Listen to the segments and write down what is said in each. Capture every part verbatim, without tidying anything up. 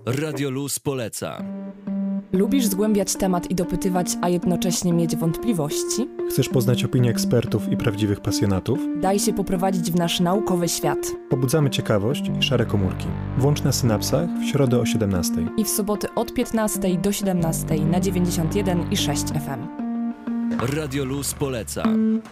Radio Luz poleca. Lubisz zgłębiać temat i dopytywać, a jednocześnie mieć wątpliwości? Chcesz poznać opinie ekspertów i prawdziwych pasjonatów? Daj się poprowadzić w nasz naukowy świat. Pobudzamy ciekawość i szare komórki. Włącz na synapsach w środę o siedemnastej. I w soboty od piętnastej do siedemnastej na dziewięćdziesiąt jeden i sześć F M. Radio Luz poleca.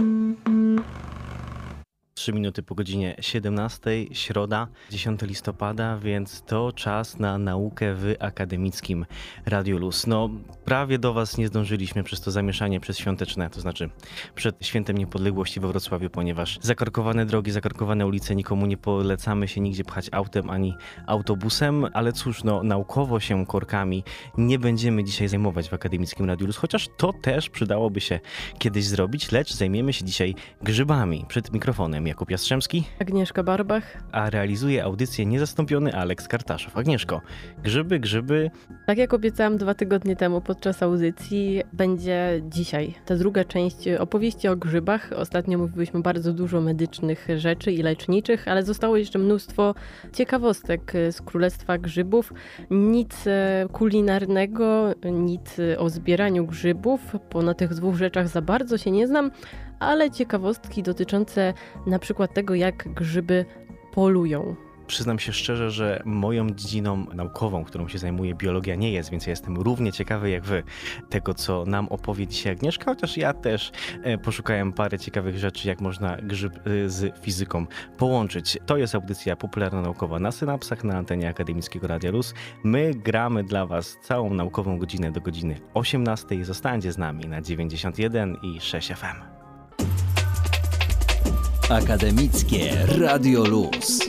Trzy minuty po godzinie siedemnastej, środa, dziesiątego listopada, więc to czas na naukę w akademickim Radiu Luz. No, prawie do Was nie zdążyliśmy przez to zamieszanie przedświąteczne, to znaczy przed Świętem Niepodległości we Wrocławiu, ponieważ zakorkowane drogi, zakorkowane ulice, nikomu nie polecamy się nigdzie pchać autem ani autobusem, ale cóż, no, naukowo się korkami nie będziemy dzisiaj zajmować w akademickim Radiu Luz, chociaż to też przydałoby się kiedyś zrobić, lecz zajmiemy się dzisiaj grzybami. Przed mikrofonem Jakub Jastrzębski, Agnieszka Barbach, a realizuje audycję niezastąpiony Aleks Kartaszow. Agnieszko, grzyby, grzyby. Tak jak obiecałam dwa tygodnie temu podczas audycji, będzie dzisiaj ta druga część opowieści o grzybach. Ostatnio mówiłyśmy bardzo dużo medycznych rzeczy i leczniczych, ale zostało jeszcze mnóstwo ciekawostek z Królestwa Grzybów. Nic kulinarnego, nic o zbieraniu grzybów, bo na tych dwóch rzeczach za bardzo się nie znam, ale ciekawostki dotyczące na przykład tego, jak grzyby polują. Przyznam się szczerze, że moją dziedziną naukową, którą się zajmuję, biologia nie jest, więc ja jestem równie ciekawy jak wy tego, co nam opowie dzisiaj Agnieszka, chociaż ja też poszukałem parę ciekawych rzeczy, jak można grzyb z fizyką połączyć. To jest audycja popularno-naukowa na synapsach, na antenie Akademickiego Radia Luz. My gramy dla was całą naukową godzinę do godziny osiemnastej. Zostańcie z nami na dziewięćdziesiąt jeden i sześć F M. Akademickie Radio Luz.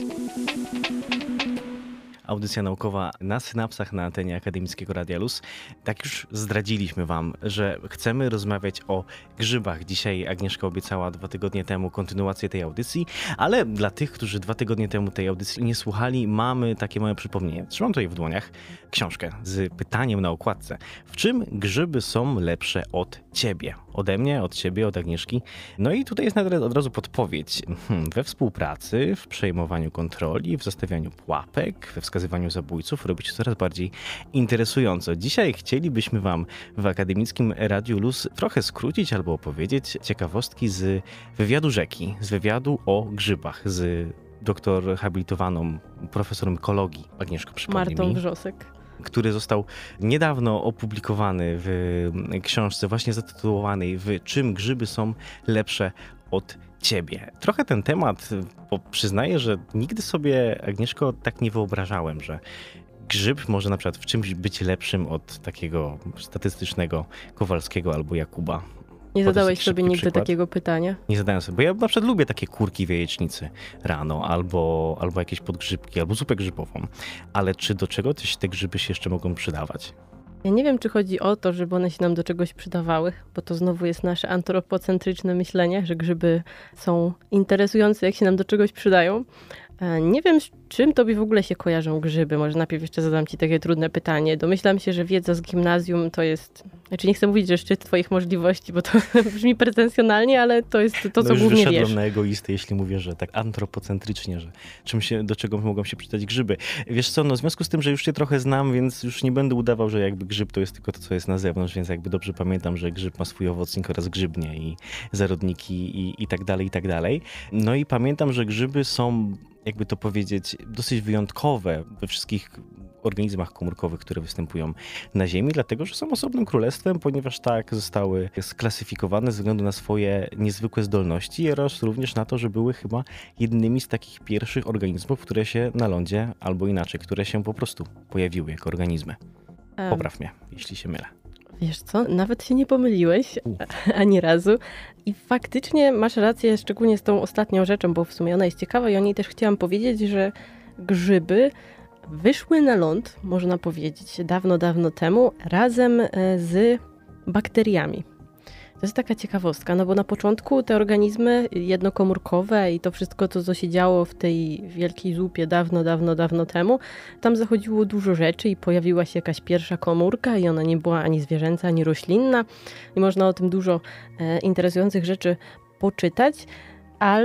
Audycja naukowa na synapsach na antenie Akademickiego Radia Luz. Tak już zdradziliśmy wam, że chcemy rozmawiać o grzybach. Dzisiaj Agnieszka obiecała dwa tygodnie temu kontynuację tej audycji, ale dla tych, którzy dwa tygodnie temu tej audycji nie słuchali, mamy takie małe przypomnienie. Trzymam tutaj w dłoniach książkę z pytaniem na okładce. W czym grzyby są lepsze od ciebie? Ode mnie, od ciebie, od Agnieszki. No i tutaj jest od razu podpowiedź. Hmm, we współpracy, w przejmowaniu kontroli, w zostawianiu pułapek, we wskazywaniu zabójców robi się coraz bardziej interesująco. Dzisiaj chcielibyśmy wam w Akademickim Radiu Luz trochę skrócić albo opowiedzieć ciekawostki z wywiadu Rzeki, z wywiadu o grzybach, z doktor habilitowaną profesorem ekologii Agnieszko, przypomnij Martą mi. Wrzosek, Który został niedawno opublikowany w książce właśnie zatytułowanej W czym grzyby są lepsze od ciebie. Trochę ten temat, bo przyznaję, że nigdy sobie, Agnieszko, tak nie wyobrażałem, że grzyb może na przykład w czymś być lepszym od takiego statystycznego Kowalskiego albo Jakuba. Nie Podać zadałeś taki sobie szybki nigdy przykład? takiego pytania? Nie zadałem sobie, bo ja na przykład lubię takie kurki w jajecznicy rano, albo, albo jakieś podgrzybki, albo zupę grzybową. Ale czy do czego też te grzyby się jeszcze mogą przydawać? Ja nie wiem, czy chodzi o to, żeby one się nam do czegoś przydawały, bo to znowu jest nasze antropocentryczne myślenie, że grzyby są interesujące, jak się nam do czegoś przydają. Nie wiem, z czym tobie w ogóle się kojarzą grzyby. Może najpierw jeszcze zadam ci takie trudne pytanie. Domyślam się, że wiedza z gimnazjum to jest... Znaczy nie chcę mówić, że szczyt twoich możliwości, bo to brzmi pretensjonalnie, ale to jest to, co no już głównie wyszedłem wiesz. na egoistę, jeśli mówię, że tak antropocentrycznie, że czym się, do czego mogą się przydać grzyby. Wiesz co, no w związku z tym, że już cię trochę znam, więc już nie będę udawał, że jakby grzyb to jest tylko to, co jest na zewnątrz, więc jakby dobrze pamiętam, że grzyb ma swój owocnik oraz grzybnie i zarodniki i, i tak dalej, i tak dalej. No i pamiętam, że grzyby są, jakby to powiedzieć, dosyć wyjątkowe we wszystkich organizmach komórkowych, które występują na Ziemi, dlatego, że są osobnym królestwem, ponieważ tak zostały sklasyfikowane ze względu na swoje niezwykłe zdolności oraz również na to, że były chyba jednymi z takich pierwszych organizmów, które się na lądzie, albo inaczej, które się po prostu pojawiły jako organizmy. Popraw mnie, jeśli się mylę. Wiesz co, nawet się nie pomyliłeś U. ani razu i faktycznie masz rację, szczególnie z tą ostatnią rzeczą, bo w sumie ona jest ciekawa i o niej też chciałam powiedzieć, że grzyby wyszły na ląd, można powiedzieć, dawno, dawno temu, razem z bakteriami. To jest taka ciekawostka, no bo na początku te organizmy jednokomórkowe i to wszystko, to co się działo w tej wielkiej zupie dawno, dawno, dawno temu, tam zachodziło dużo rzeczy i pojawiła się jakaś pierwsza komórka i ona nie była ani zwierzęca, ani roślinna i można o tym dużo e, interesujących rzeczy poczytać, ale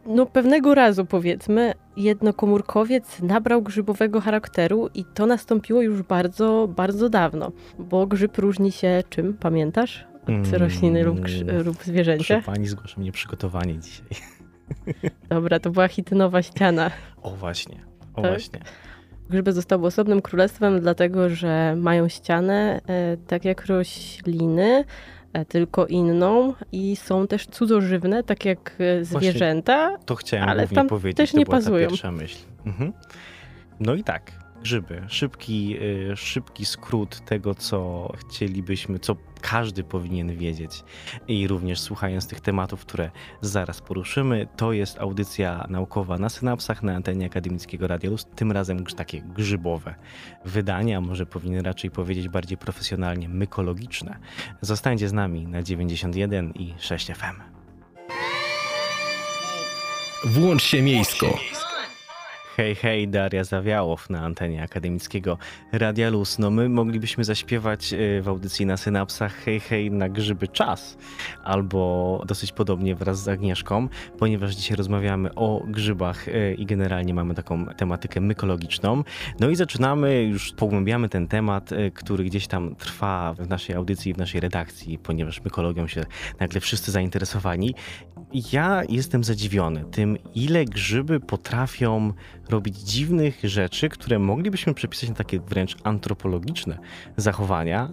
no pewnego razu powiedzmy jednokomórkowiec nabrał grzybowego charakteru i to nastąpiło już bardzo, bardzo dawno. Bo grzyb różni się czym, pamiętasz? Od Mm, rośliny lub, grz- lub zwierzęcia. Proszę pani, zgłaszam mnie przygotowanie dzisiaj. Dobra, to była chitynowa ściana. O właśnie, o Tak? właśnie. Grzyby zostały osobnym królestwem, dlatego że mają ścianę e, tak jak rośliny, e, tylko inną i są też cudzożywne, tak jak e, zwierzęta. To chciałem Ale głównie tam powiedzieć, też to nie była pasują. ta pierwsza myśl. Mhm. No i tak, grzyby. Szybki, y, szybki skrót tego, co chcielibyśmy, co każdy powinien wiedzieć. I również słuchając tych tematów, które zaraz poruszymy, to jest audycja naukowa na synapsach na antenie Akademickiego Radia Luz. Tym razem grz- takie grzybowe wydania, może powinien raczej powiedzieć bardziej profesjonalnie mykologiczne. Zostańcie z nami na dziewięćdziesiąt jeden i sześć F M. Włącz się miejsko. Hej, hej, Daria Zawiałow na antenie Akademickiego Radia Luz. No my moglibyśmy zaśpiewać y, w audycji na synapsach hej, hej, na grzyby czas. Albo dosyć podobnie wraz z Agnieszką, ponieważ dzisiaj rozmawiamy o grzybach y, i generalnie mamy taką tematykę mykologiczną. No i zaczynamy, już pogłębiamy ten temat, y, który gdzieś tam trwa w naszej audycji, w naszej redakcji, ponieważ mykologią się nagle wszyscy zainteresowani. Ja jestem zadziwiony tym, ile grzyby potrafią robić dziwnych rzeczy, które moglibyśmy przepisać na takie wręcz antropologiczne zachowania,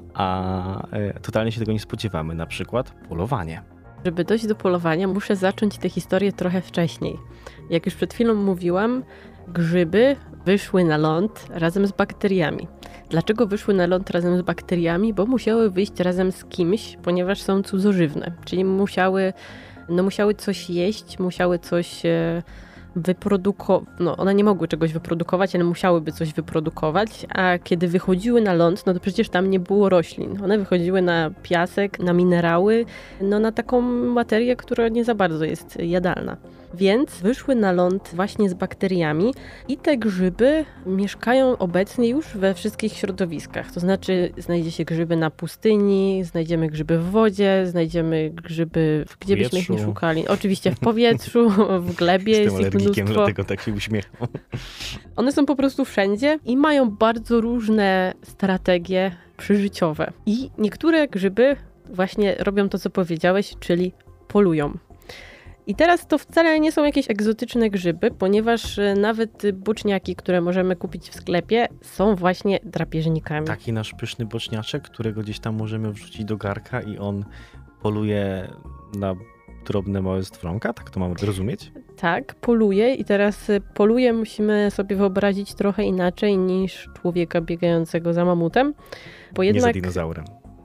a e, totalnie się tego nie spodziewamy. Na przykład polowanie. Żeby dojść do polowania, muszę zacząć tę historię trochę wcześniej. Jak już przed chwilą mówiłam, grzyby wyszły na ląd razem z bakteriami. Dlaczego wyszły na ląd razem z bakteriami? Bo musiały wyjść razem z kimś, ponieważ są cudzożywne. Czyli musiały, no musiały coś jeść, musiały coś e, wyprodukować. No one nie mogły czegoś wyprodukować, ale musiałyby coś wyprodukować. A kiedy wychodziły na ląd, no to przecież tam nie było roślin. One wychodziły na piasek, na minerały, no na taką materię, która nie za bardzo jest jadalna. Więc wyszły na ląd właśnie z bakteriami i te grzyby mieszkają obecnie już we wszystkich środowiskach. To znaczy znajdzie się grzyby na pustyni, znajdziemy grzyby w wodzie, znajdziemy grzyby, gdzie byśmy ich nie szukali. Oczywiście w powietrzu, w glebie jest ich mnóstwo. Dlatego tak się uśmiecham. One są po prostu wszędzie i mają bardzo różne strategie przyżyciowe. I niektóre grzyby właśnie robią to, co powiedziałeś, czyli polują. I teraz to wcale nie są jakieś egzotyczne grzyby, ponieważ nawet boczniaki, które możemy kupić w sklepie, są właśnie drapieżnikami. Taki nasz pyszny boczniaczek, którego gdzieś tam możemy wrzucić do garka i on poluje na drobne małe stwronka, tak to mamy rozumieć? Tak, poluje i teraz poluje musimy sobie wyobrazić trochę inaczej niż człowieka biegającego za mamutem, bo jednak... Nie za dinozaurem.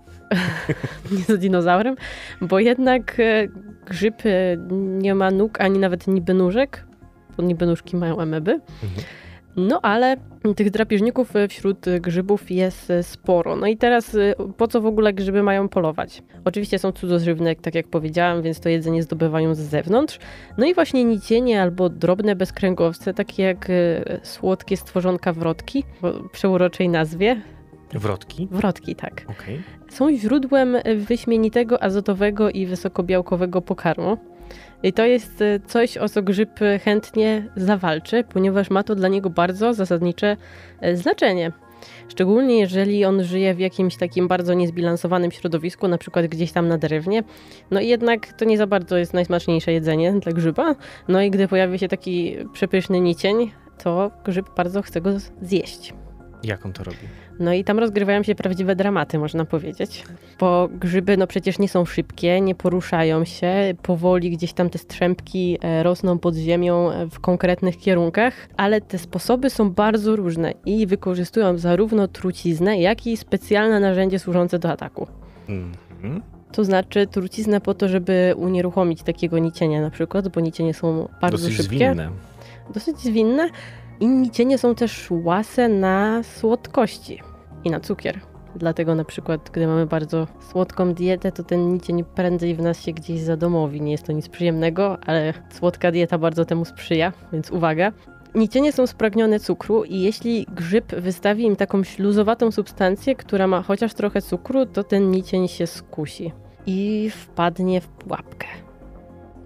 Nie za dinozaurem, bo jednak grzyb nie ma nóg, ani nawet niby nóżek, bo niby nóżki mają ameby. Mhm. No ale tych drapieżników wśród grzybów jest sporo. No i teraz po co w ogóle grzyby mają polować? Oczywiście są cudzożywne, tak jak powiedziałam, więc to jedzenie zdobywają z zewnątrz. No i właśnie nicienie albo drobne bezkręgowce, takie jak słodkie stworzonka wrotki, o przeuroczej nazwie. Wrotki? Wrotki, tak. Okay. Są źródłem wyśmienitego azotowego i wysokobiałkowego pokarmu. I to jest coś, o co grzyb chętnie zawalczy, ponieważ ma to dla niego bardzo zasadnicze znaczenie. Szczególnie jeżeli on żyje w jakimś takim bardzo niezbilansowanym środowisku, na przykład gdzieś tam na drewnie. No i jednak to nie za bardzo jest najsmaczniejsze jedzenie dla grzyba. No i gdy pojawi się taki przepyszny nicień, to grzyb bardzo chce go zjeść. Jak on to robi? No i tam rozgrywają się prawdziwe dramaty, można powiedzieć. Bo grzyby no przecież nie są szybkie, nie poruszają się, powoli gdzieś tam te strzępki rosną pod ziemią w konkretnych kierunkach, ale te sposoby są bardzo różne i wykorzystują zarówno truciznę, jak i specjalne narzędzie służące do ataku. Mm-hmm. To znaczy truciznę po to, żeby unieruchomić takiego nicienia na przykład, bo nicienie są bardzo Dosyć szybkie. Zwinne. Dosyć zwinne. I nicienie są też łase na słodkości i na cukier. Dlatego na przykład, gdy mamy bardzo słodką dietę, to ten nicień prędzej w nas się gdzieś zadomowi. Nie jest to nic przyjemnego, ale słodka dieta bardzo temu sprzyja, więc uwaga. Nicienie są spragnione cukru i jeśli grzyb wystawi im taką śluzowatą substancję, która ma chociaż trochę cukru, to ten nicień się skusi i wpadnie w pułapkę.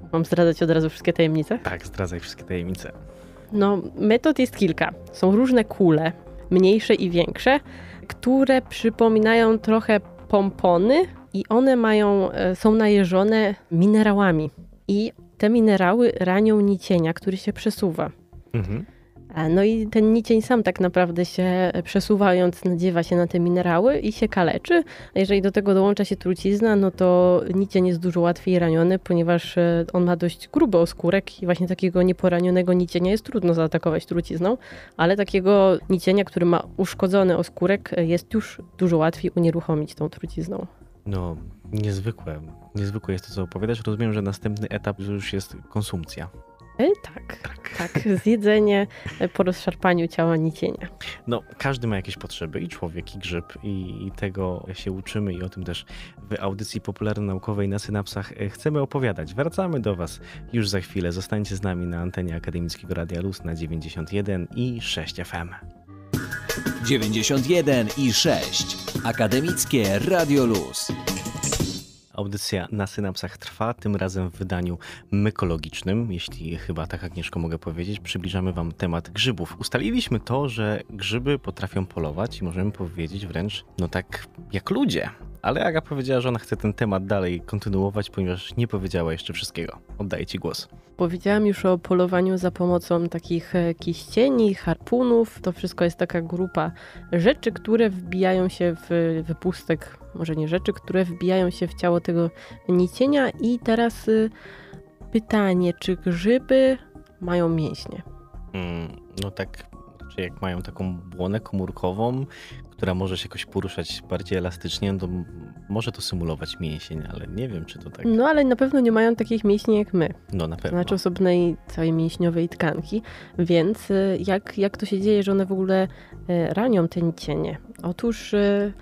Mam zdradzać od razu wszystkie tajemnice? Tak, zdradzaj wszystkie tajemnice. No, metod jest kilka. Są różne kule, mniejsze i większe, które przypominają trochę pompony i one mają, są najeżone minerałami. I te minerały ranią nicienia, który się przesuwa. Mhm. No i ten nicień sam tak naprawdę się przesuwając nadziewa się na te minerały i się kaleczy. A jeżeli do tego dołącza się trucizna, no to nicień jest dużo łatwiej raniony, ponieważ on ma dość gruby oskórek i właśnie takiego nieporanionego nicienia jest trudno zaatakować trucizną, ale takiego nicienia, który ma uszkodzony oskórek, jest już dużo łatwiej unieruchomić tą trucizną. No, niezwykłe. Niezwykłe jest to, co opowiadasz. Rozumiem, że następny etap już jest konsumpcja. E, tak, tak, tak. Zjedzenie po rozszarpaniu ciała nicienia. No, każdy ma jakieś potrzeby, i człowiek, i grzyb, i, i tego się uczymy i o tym też w audycji popularno-naukowej na Synapsach chcemy opowiadać. Wracamy do Was już za chwilę. Zostańcie z nami na antenie Akademickiego Radia Luz na dziewięćdziesiąt jeden i sześć F M. dziewięćdziesiąt jeden i sześć. Akademickie Radio Luz. Audycja na Synapsach trwa, tym razem w wydaniu mykologicznym, jeśli chyba tak, Agnieszko, mogę powiedzieć. Przybliżamy Wam temat grzybów. Ustaliliśmy to, że grzyby potrafią polować i możemy powiedzieć wręcz, no tak jak ludzie. Ale Aga powiedziała, że ona chce ten temat dalej kontynuować, ponieważ nie powiedziała jeszcze wszystkiego. Oddaję Ci głos. Powiedziałam już o polowaniu za pomocą takich kiścieni, harpunów. To wszystko jest taka grupa rzeczy, które wbijają się w wypustek, może nie rzeczy, które wbijają się w ciało tego nicienia. I teraz y, pytanie, czy grzyby mają mięśnie? Mm, no tak, raczej jak mają taką błonę komórkową, która może się jakoś poruszać bardziej elastycznie, to może to symulować mięsień, ale nie wiem, czy to tak... No ale na pewno nie mają takich mięśni jak my. No na pewno. Znaczy osobnej całej mięśniowej tkanki, więc jak, jak to się dzieje, że one w ogóle ranią te nicienie? Otóż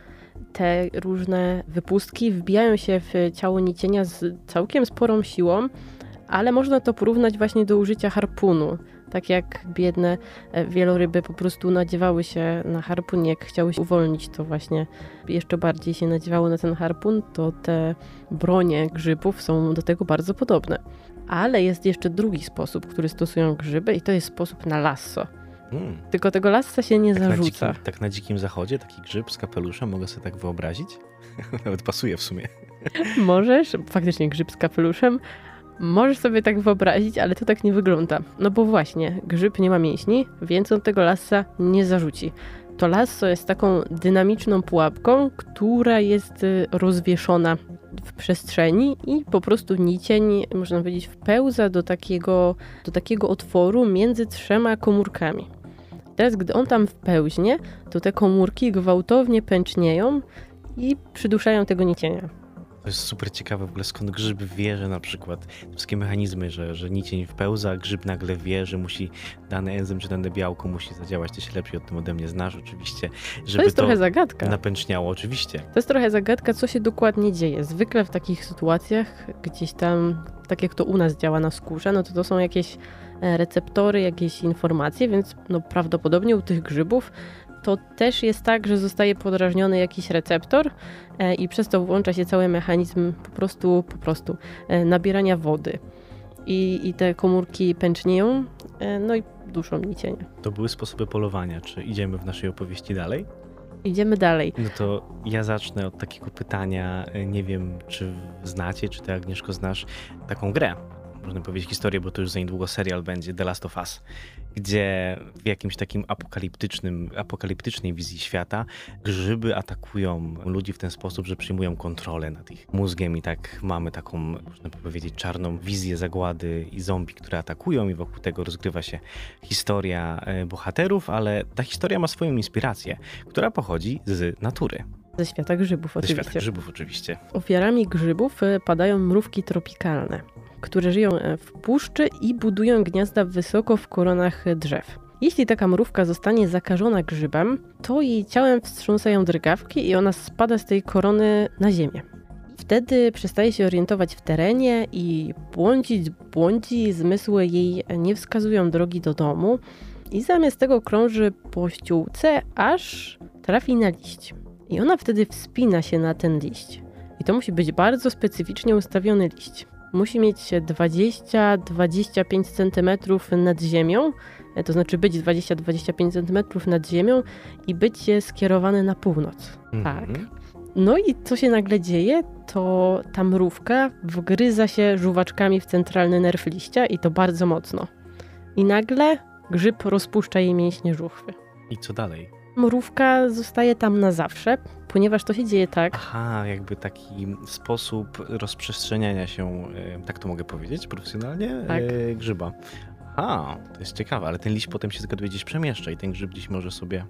te różne wypustki wbijają się w ciało nicienia z całkiem sporą siłą, ale można to porównać właśnie do użycia harpunu. Tak jak biedne wieloryby po prostu nadziewały się na harpun, jak chciały się uwolnić, to właśnie jeszcze bardziej się nadziewały na ten harpun, to te bronie grzybów są do tego bardzo podobne. Ale jest jeszcze drugi sposób, który stosują grzyby i to jest sposób na lasso. Hmm. Tylko tego lassa się nie tak zarzuca. Na dzikim, tak na dzikim zachodzie, taki grzyb z kapeluszem, mogę sobie tak wyobrazić? Nawet pasuje w sumie. Możesz, faktycznie grzyb z kapeluszem. Możesz sobie tak wyobrazić, ale to tak nie wygląda. No bo właśnie, grzyb nie ma mięśni, więc on tego lassa nie zarzuci. To lasso jest taką dynamiczną pułapką, która jest rozwieszona w przestrzeni i po prostu nicień, można powiedzieć, wpełza do takiego, do takiego otworu między trzema komórkami. Teraz, gdy on tam wpełźnie, to te komórki gwałtownie pęcznieją i przyduszają tego nicienia. To jest super ciekawe w ogóle, skąd grzyb wie, że na przykład wszystkie mechanizmy, że, że nicień wpełza, grzyb nagle wie, że musi dany enzym czy dane białko musi zadziałać. Ty się lepiej o tym ode mnie znasz oczywiście. Żeby to jest to trochę zagadka. Napęczniało, oczywiście. To jest trochę zagadka, co się dokładnie dzieje. Zwykle w takich sytuacjach gdzieś tam, tak jak to u nas działa na skórze, no to to są jakieś receptory, jakieś informacje, więc no prawdopodobnie u tych grzybów to też jest tak, że zostaje podrażniony jakiś receptor e, i przez to włącza się cały mechanizm po prostu, po prostu e, nabierania wody. I, I te komórki pęcznieją, e, no i duszą nicienia. To były sposoby polowania. Czy idziemy w naszej opowieści dalej? Idziemy dalej. No to ja zacznę od takiego pytania. Nie wiem, czy znacie, czy ty, Agnieszko, znasz taką grę. Można powiedzieć historię, bo to już za niedługo serial będzie The Last of Us, gdzie w jakimś takim apokaliptycznym, apokaliptycznej wizji świata grzyby atakują ludzi w ten sposób, że przyjmują kontrolę nad ich mózgiem i tak mamy taką, można powiedzieć, czarną wizję zagłady i zombie, które atakują i wokół tego rozgrywa się historia bohaterów, ale ta historia ma swoją inspirację, która pochodzi z natury. Ze świata grzybów Ze oczywiście. świata grzybów oczywiście. Ofiarami grzybów padają mrówki tropikalne, które żyją w puszczy i budują gniazda wysoko w koronach drzew. Jeśli taka mrówka zostanie zakażona grzybem, to jej ciałem wstrząsają drgawki i ona spada z tej korony na ziemię. Wtedy przestaje się orientować w terenie i błądzić, błądzi, zmysły jej nie wskazują drogi do domu i zamiast tego krąży po ściółce, aż trafi na liść. I ona wtedy wspina się na ten liść. I to musi być bardzo specyficznie ustawiony liść. musi mieć dwadzieścia do dwudziestu pięciu centymetrów nad ziemią, to znaczy być dwadzieścia do dwudziestu pięciu centymetrów nad ziemią i być skierowany na północ. Mhm. Tak. No i co się nagle dzieje, to ta mrówka wgryza się żuwaczkami w centralny nerw liścia i to bardzo mocno. I nagle grzyb rozpuszcza jej mięśnie żuchwy. I co dalej? Mrówka zostaje tam na zawsze, ponieważ to się dzieje tak. Aha, jakby taki sposób rozprzestrzeniania się, e, tak to mogę powiedzieć profesjonalnie, Tak. e, grzyba. Aha, to jest ciekawe, ale ten liść potem się zgaduje gdzieś przemieszcza i ten grzyb gdzieś może sobie...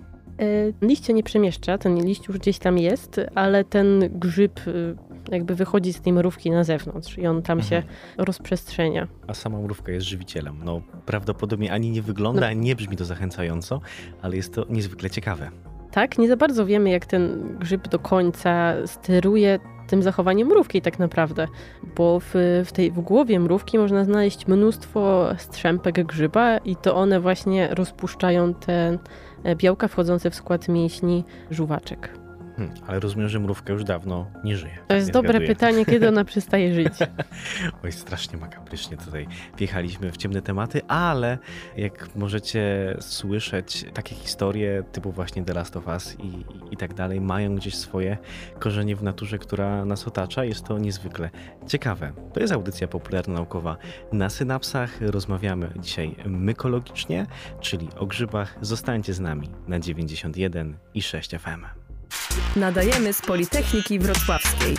E, liść się nie przemieszcza, ten liść już gdzieś tam jest, ale ten grzyb e, jakby wychodzi z tej mrówki na zewnątrz i on tam Mhm. się rozprzestrzenia. A sama mrówka jest żywicielem. No prawdopodobnie ani nie wygląda, No. ani nie brzmi to zachęcająco, ale jest to niezwykle ciekawe. Tak, nie za bardzo wiemy, jak ten grzyb do końca steruje tym zachowaniem mrówki tak naprawdę, bo w, w tej w głowie mrówki można znaleźć mnóstwo strzępek grzyba i to one właśnie rozpuszczają te białka wchodzące w skład mięśni żuwaczek. Hmm, ale rozumiem, że mrówka już dawno nie żyje. To jest Nie dobre zgaduję. pytanie, kiedy ona przestaje żyć. Oj, strasznie makabrycznie tutaj wjechaliśmy w ciemne tematy, ale jak możecie słyszeć, takie historie typu właśnie The Last of Us i, i, i tak dalej mają gdzieś swoje korzenie w naturze, która nas otacza. Jest to niezwykle ciekawe. To jest audycja popularno-naukowa na synapsach. Rozmawiamy dzisiaj mykologicznie, czyli o grzybach. Zostańcie z nami na dziewięćdziesiąt jeden i sześć F M. Nadajemy z Politechniki Wrocławskiej.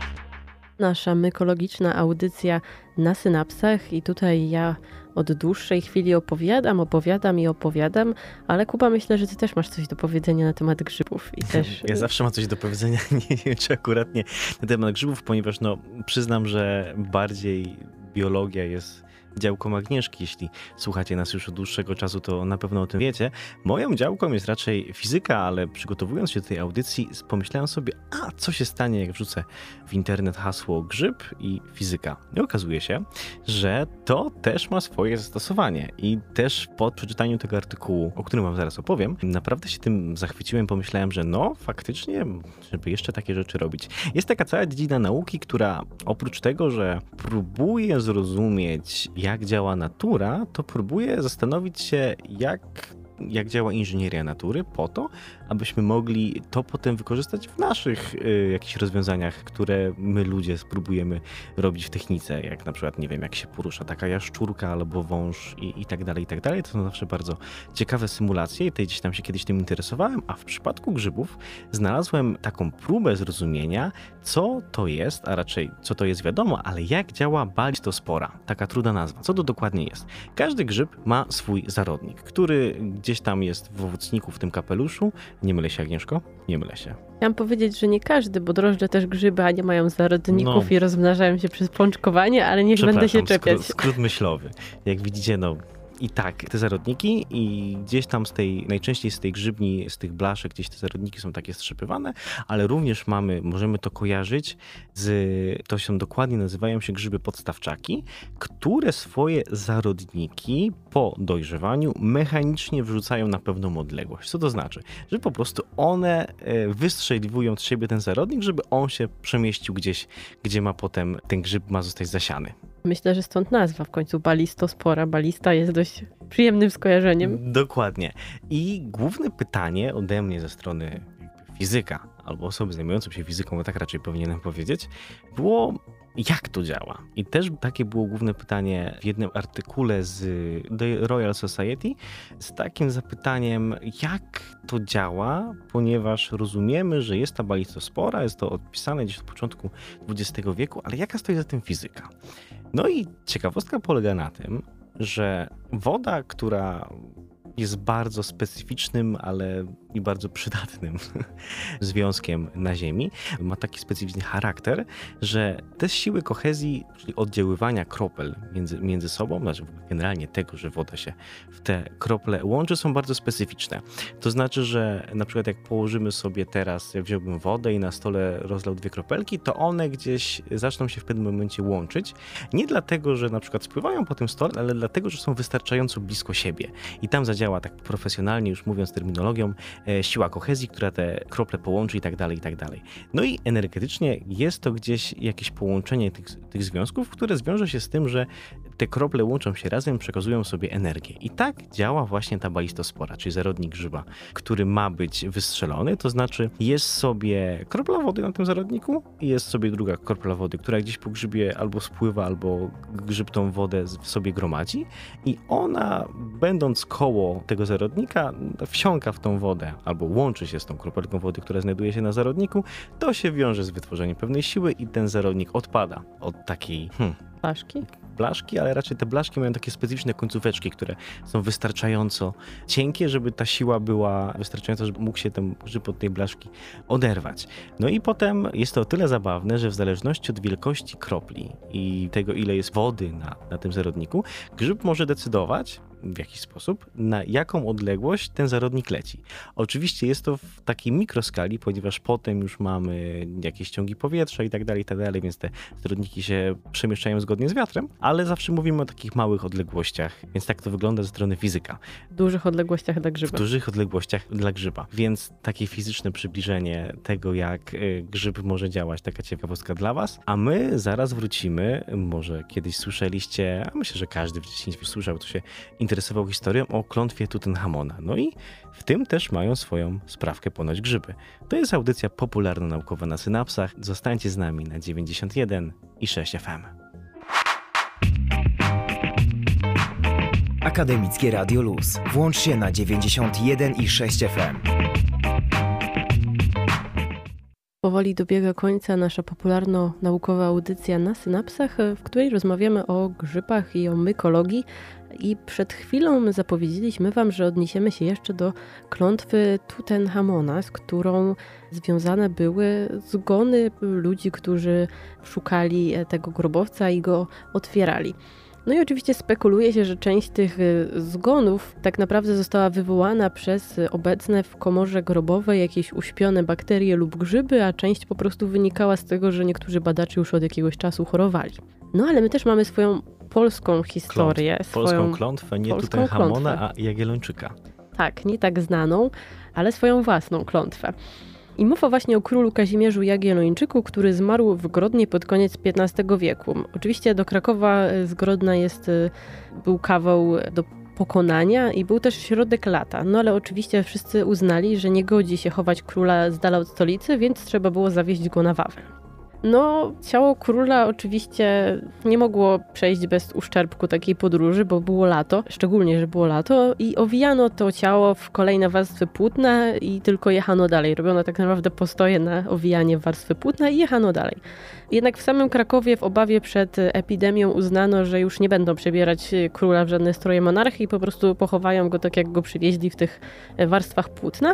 Nasza mykologiczna audycja na synapsach i tutaj ja od dłuższej chwili opowiadam, opowiadam i opowiadam, ale Kuba, myślę, że ty też masz coś do powiedzenia na temat grzybów i też... Ja zawsze mam coś do powiedzenia, nie wiem czy akurat nie na temat grzybów, ponieważ no przyznam, że bardziej biologia jest działką Agnieszki. Jeśli słuchacie nas już od dłuższego czasu, to na pewno o tym wiecie. Moją działką jest raczej fizyka, ale przygotowując się do tej audycji, pomyślałem sobie, a co się stanie, jak wrzucę w internet hasło grzyb i fizyka. I okazuje się, że to też ma swoje zastosowanie. I też po przeczytaniu tego artykułu, o którym wam zaraz opowiem, naprawdę się tym zachwyciłem. Pomyślałem, że no, faktycznie, żeby jeszcze takie rzeczy robić. Jest taka cała dziedzina nauki, która oprócz tego, że próbuje zrozumieć, jak działa natura, to próbuje zastanowić się, jak, jak działa inżynieria natury po to, abyśmy mogli to potem wykorzystać w naszych y, jakichś rozwiązaniach, które my ludzie spróbujemy robić w technice, jak na przykład, nie wiem, jak się porusza taka jaszczurka albo wąż i, i tak dalej, i tak dalej. To są zawsze bardzo ciekawe symulacje i tej gdzieś tam się kiedyś tym interesowałem, a w przypadku grzybów znalazłem taką próbę zrozumienia, co to jest, a raczej co to jest wiadomo, ale jak działa balistospora, taka trudna nazwa. Co to dokładnie jest? Każdy grzyb ma swój zarodnik, który gdzieś tam jest w owocniku, w tym kapeluszu. Nie mylę się, Agnieszko? Nie mylę się. Chciałam powiedzieć, że nie każdy, bo drożdże też grzyby, a nie mają zarodników No. i rozmnażają się przez pączkowanie, ale niech będę się czepiać. Skrót, skrót myślowy. Jak widzicie, no i tak, te zarodniki i gdzieś tam z tej, najczęściej z tej grzybni, z tych blaszek, gdzieś te zarodniki są takie strzepywane, ale również mamy, możemy to kojarzyć z, to się dokładnie nazywają się grzyby podstawczaki, które swoje zarodniki po dojrzewaniu mechanicznie wrzucają na pewną odległość. Co to znaczy? Że po prostu one e, wystrzeliwują z siebie ten zarodnik, żeby on się przemieścił gdzieś, gdzie ma potem, ten grzyb ma zostać zasiany. Myślę, że stąd nazwa w końcu balistospora. Balista jest dość przyjemnym skojarzeniem. Dokładnie. I główne pytanie ode mnie ze strony jakby fizyka, albo osoby zajmującej się fizyką, bo tak raczej powinienem powiedzieć, było jak to działa. I też takie było główne pytanie w jednym artykule z The Royal Society z takim zapytaniem, jak to działa, ponieważ rozumiemy, że jest ta balistospora, jest to odpisane gdzieś od początku dwudziestego wieku, ale jaka stoi za tym fizyka? No i ciekawostka polega na tym, że woda, która jest bardzo specyficznym, ale i bardzo przydatnym związkiem na Ziemi, ma taki specyficzny charakter, że te siły kohezji, czyli oddziaływania kropel między, między sobą, znaczy generalnie tego, że woda się w te krople łączy, są bardzo specyficzne. To znaczy, że na przykład jak położymy sobie teraz, jak wziąłbym wodę i na stole rozlał dwie kropelki, to one gdzieś zaczną się w pewnym momencie łączyć. Nie dlatego, że na przykład spływają po tym stole, ale dlatego, że są wystarczająco blisko siebie. I tam zadziała tak profesjonalnie, już mówiąc terminologią, e, siła kohezji, która te krople połączy i tak dalej, i tak dalej. No i energetycznie jest to gdzieś jakieś połączenie tych, tych związków, które zwiąże się z tym, że te krople łączą się razem, przekazują sobie energię. I tak działa właśnie ta balistospora, czyli zarodnik grzyba, który ma być wystrzelony, to znaczy jest sobie kropla wody na tym zarodniku i jest sobie druga kropla wody, która gdzieś po grzybie albo spływa, albo grzyb tą wodę w sobie gromadzi i ona, będąc koło tego zarodnika, wsiąka w tą wodę albo łączy się z tą kropelką wody, która znajduje się na zarodniku, to się wiąże z wytworzeniem pewnej siły i ten zarodnik odpada od takiej hmm, Blaszki? blaszki, ale raczej te blaszki mają takie specyficzne końcóweczki, które są wystarczająco cienkie, żeby ta siła była wystarczająca, żeby mógł się ten grzyb od tej blaszki oderwać. No i potem jest to o tyle zabawne, że w zależności od wielkości kropli i tego, ile jest wody na, na tym zarodniku, grzyb może decydować w jakiś sposób, na jaką odległość ten zarodnik leci. Oczywiście jest to w takiej mikroskali, ponieważ potem już mamy jakieś ciągi powietrza i tak dalej, i tak dalej, więc te zarodniki się przemieszczają zgodnie z wiatrem, ale zawsze mówimy o takich małych odległościach, więc tak to wygląda ze strony fizyka. W dużych odległościach dla grzyba. W dużych odległościach dla grzyba, więc takie fizyczne przybliżenie tego, jak grzyb może działać, taka ciekawostka dla was, a my zaraz wrócimy, może kiedyś słyszeliście, a myślę, że każdy wcześniej słyszał, to się interesował historią o klątwie Tutenchamona. No i w tym też mają swoją sprawkę ponoć grzyby. To jest audycja popularno-naukowa na Synapsach. Zostańcie z nami na dziewięćdziesiąt jeden i sześć F M. Akademickie Radio Luz. Włącz się na dziewięćdziesiąt jeden i sześć F M. Powoli dobiega końca nasza popularno-naukowa audycja na Synapsach, w której rozmawiamy o grzybach i o mykologii. I przed chwilą zapowiedzieliśmy wam, że odniesiemy się jeszcze do klątwy Tutenchamona, z którą związane były zgony ludzi, którzy szukali tego grobowca i go otwierali. No i oczywiście spekuluje się, że część tych zgonów tak naprawdę została wywołana przez obecne w komorze grobowej jakieś uśpione bakterie lub grzyby, a część po prostu wynikała z tego, że niektórzy badacze już od jakiegoś czasu chorowali. No ale my też mamy swoją polską historię. Klątw, polską swoją klątwę, nie polską Tutenchamona, klątwę. a Jagiellończyka. Tak, nie tak znaną, ale swoją własną klątwę. I mowa właśnie o królu Kazimierzu Jagiellończyku, który zmarł w Grodnie pod koniec piętnastego wieku. Oczywiście do Krakowa z Grodna jest, był kawał do pokonania i był też środek lata. No ale oczywiście wszyscy uznali, że nie godzi się chować króla z dala od stolicy, więc trzeba było zawieźć go na Wawel. No, ciało króla oczywiście nie mogło przejść bez uszczerbku takiej podróży, bo było lato, szczególnie, że było lato i owijano to ciało w kolejne warstwy płótna i tylko jechano dalej. Robiono tak naprawdę postoje na owijanie warstwy płótna i jechano dalej. Jednak w samym Krakowie w obawie przed epidemią uznano, że już nie będą przebierać króla w żadne stroje monarchii i po prostu pochowają go tak, jak go przywieźli w tych warstwach płótna.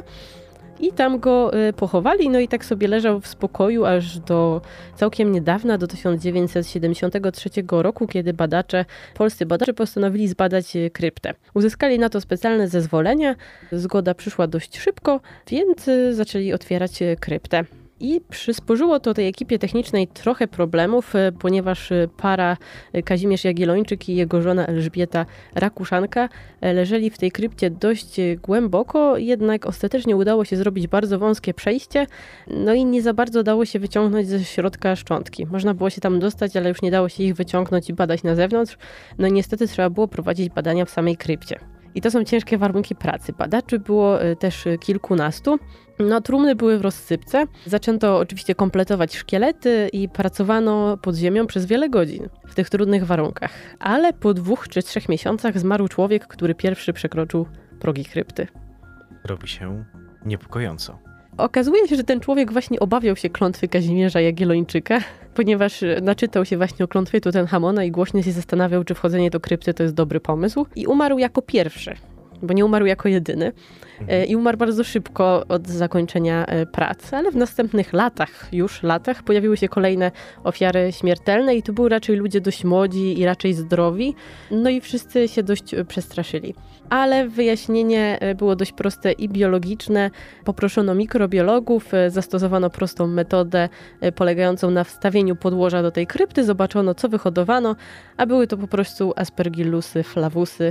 I tam go pochowali, no i tak sobie leżał w spokoju aż do całkiem niedawna, do tysiąc dziewięćset siedemdziesiątego trzeciego roku, kiedy badacze, polscy badacze postanowili zbadać kryptę. Uzyskali na to specjalne zezwolenia, zgoda przyszła dość szybko, więc zaczęli otwierać kryptę. I przysporzyło to tej ekipie technicznej trochę problemów, ponieważ para Kazimierz Jagiellończyk i jego żona Elżbieta Rakuszanka leżeli w tej krypcie dość głęboko, jednak ostatecznie udało się zrobić bardzo wąskie przejście, no i nie za bardzo dało się wyciągnąć ze środka szczątki. Można było się tam dostać, ale już nie dało się ich wyciągnąć i badać na zewnątrz, no i niestety trzeba było prowadzić badania w samej krypcie. I to są ciężkie warunki pracy. Badaczy było też kilkunastu. No, trumny były w rozsypce. Zaczęto oczywiście kompletować szkielety i pracowano pod ziemią przez wiele godzin w tych trudnych warunkach. Ale po dwóch czy trzech miesiącach zmarł człowiek, który pierwszy przekroczył progi krypty. Robi się niepokojąco. Okazuje się, że ten człowiek właśnie obawiał się klątwy Kazimierza Jagiellończyka, ponieważ naczytał się właśnie o klątwie Tutenchamona i głośno się zastanawiał, czy wchodzenie do krypty to jest dobry pomysł. I umarł jako pierwszy, bo nie umarł jako jedyny. I umarł bardzo szybko od zakończenia prac, ale w następnych latach, już latach, pojawiły się kolejne ofiary śmiertelne i to były raczej ludzie dość młodzi i raczej zdrowi, no i wszyscy się dość przestraszyli. Ale wyjaśnienie było dość proste i biologiczne. Poproszono mikrobiologów, zastosowano prostą metodę polegającą na wstawieniu podłoża do tej krypty, zobaczono, co wyhodowano, a były to po prostu aspergillusy, flawusy,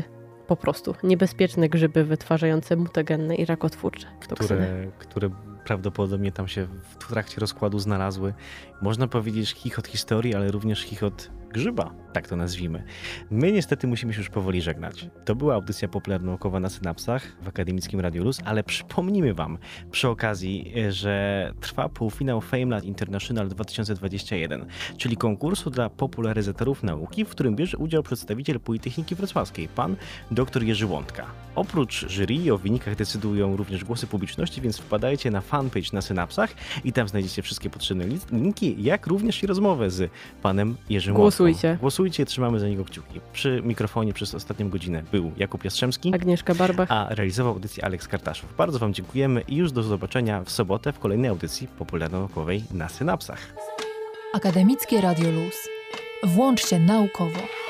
Po prostu niebezpieczne grzyby wytwarzające mutagenne i rakotwórcze toksyny. które, które prawdopodobnie tam się w trakcie rozkładu znalazły. Można powiedzieć chichot historii, ale również chichot grzyba, tak to nazwijmy. My niestety musimy się już powoli żegnać. To była audycja popularno-naukowa na Synapsach w Akademickim Radiu Luz, ale przypomnimy wam przy okazji, że trwa półfinał FameLab International dwa tysiące dwudziesty pierwszy, czyli konkursu dla popularyzatorów nauki, w którym bierze udział przedstawiciel Politechniki Wrocławskiej, pan dr Jerzy Łądka. Oprócz jury o wynikach decydują również głosy publiczności, więc wpadajcie na fanpage na Synapsach i tam znajdziecie wszystkie potrzebne linki, jak również i rozmowę z panem Jerzym Łądką. Głosujcie. Głosujcie, trzymamy za niego kciuki. Przy mikrofonie przez ostatnią godzinę był Jakub Jastrzębski, Agnieszka Barbach. a realizował audycję Aleks Kartaszów. Bardzo wam dziękujemy i już do zobaczenia w sobotę w kolejnej audycji popularno-naukowej na Synapsach. Akademickie Radio Luz. Włącz się naukowo.